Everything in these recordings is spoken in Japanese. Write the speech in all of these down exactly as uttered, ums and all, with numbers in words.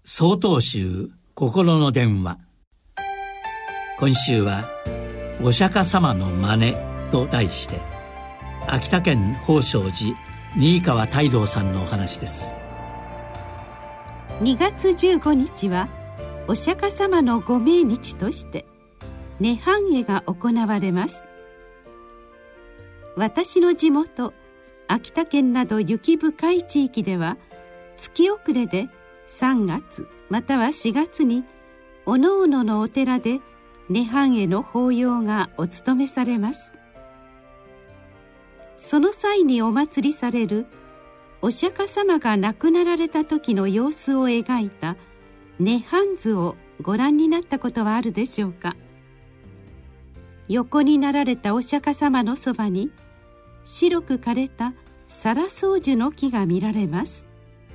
曹洞宗心の電話。今週はお釈迦様の真似と題して、秋田県宝生寺新川泰道さんのお話です。 にがつじゅうごにちはお釈迦様のご命日として涅槃会が行われます。私の地元秋田県など雪深い地域では、月遅れでさんがつまたはしがつにおのおののお寺で涅槃会の法要がお務めされます。その際にお祭りされるお釈迦様が亡くなられた時の様子を描いた涅槃図をご覧になったことはあるでしょうか。横になられたお釈迦様のそばに白く枯れた沙羅双樹の木が見られます。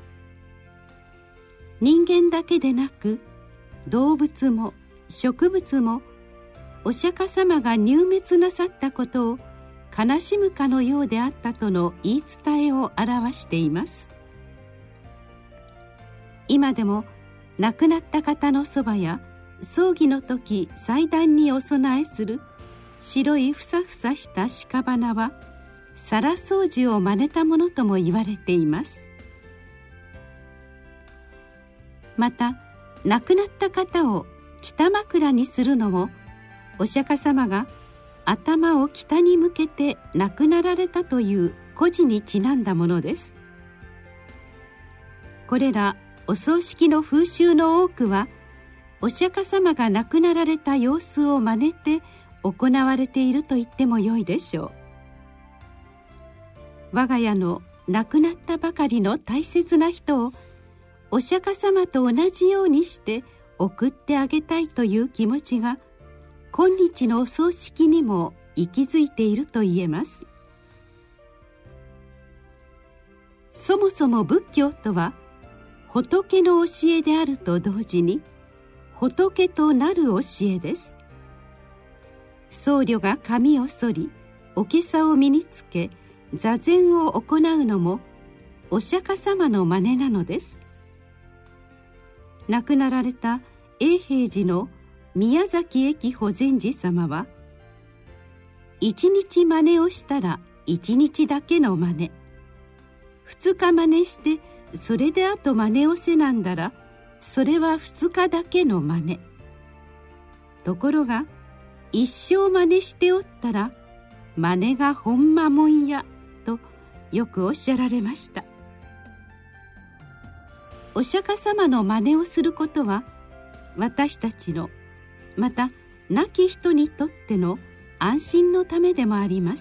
人間だけでなく動物も植物もお釈迦様が入滅なさったことを悲しむかのようであったとの言い伝えを表しています。今でも亡くなった方のそばや葬儀の時祭壇にお供えする白いふさふさした屍は沙羅双樹を真似たものとも言われています。また亡くなった方を北枕にするのもお釈迦様が頭を北に向けて亡くなられたという故事にちなんだものです。これらお葬式の風習の多くはお釈迦様が亡くなられた様子を真似て行われていると言ってもよいでしょう。我が家の亡くなったばかりの大切な人をお釈迦様と同じようにして送ってあげたいという気持ちが今日のお葬式にも息づいていると言えます。そもそも仏教とは仏の教えであると同時に仏となる教えです。僧侶が髪を剃りお袈裟を身につけ座禅を行うのもお釈迦様の真似なのです。亡くなられた永平寺の宮崎駅保禅寺様は、一日真似をしたら一日だけの真似、二日真似してそれであと真似をせなんだらそれは二日だけの真似、ところが一生真似しておったら真似がほんまもんやとよくおっしゃられました。お釈迦様の真似をすることは私たちのまた亡き人にとっての安心のためでもあります。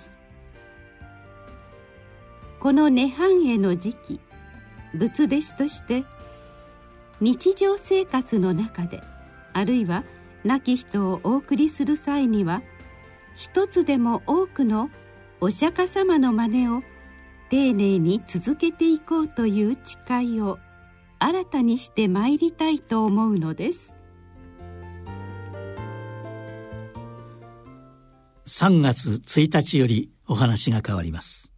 この涅槃会の時期、仏弟子として日常生活の中であるいは亡き人をお送りする際には、一つでも多くのお釈迦様の真似を丁寧に続けていこうという誓いを新たにしてまいりたいと思うのです。 さんがつついたちよりお話が変わります。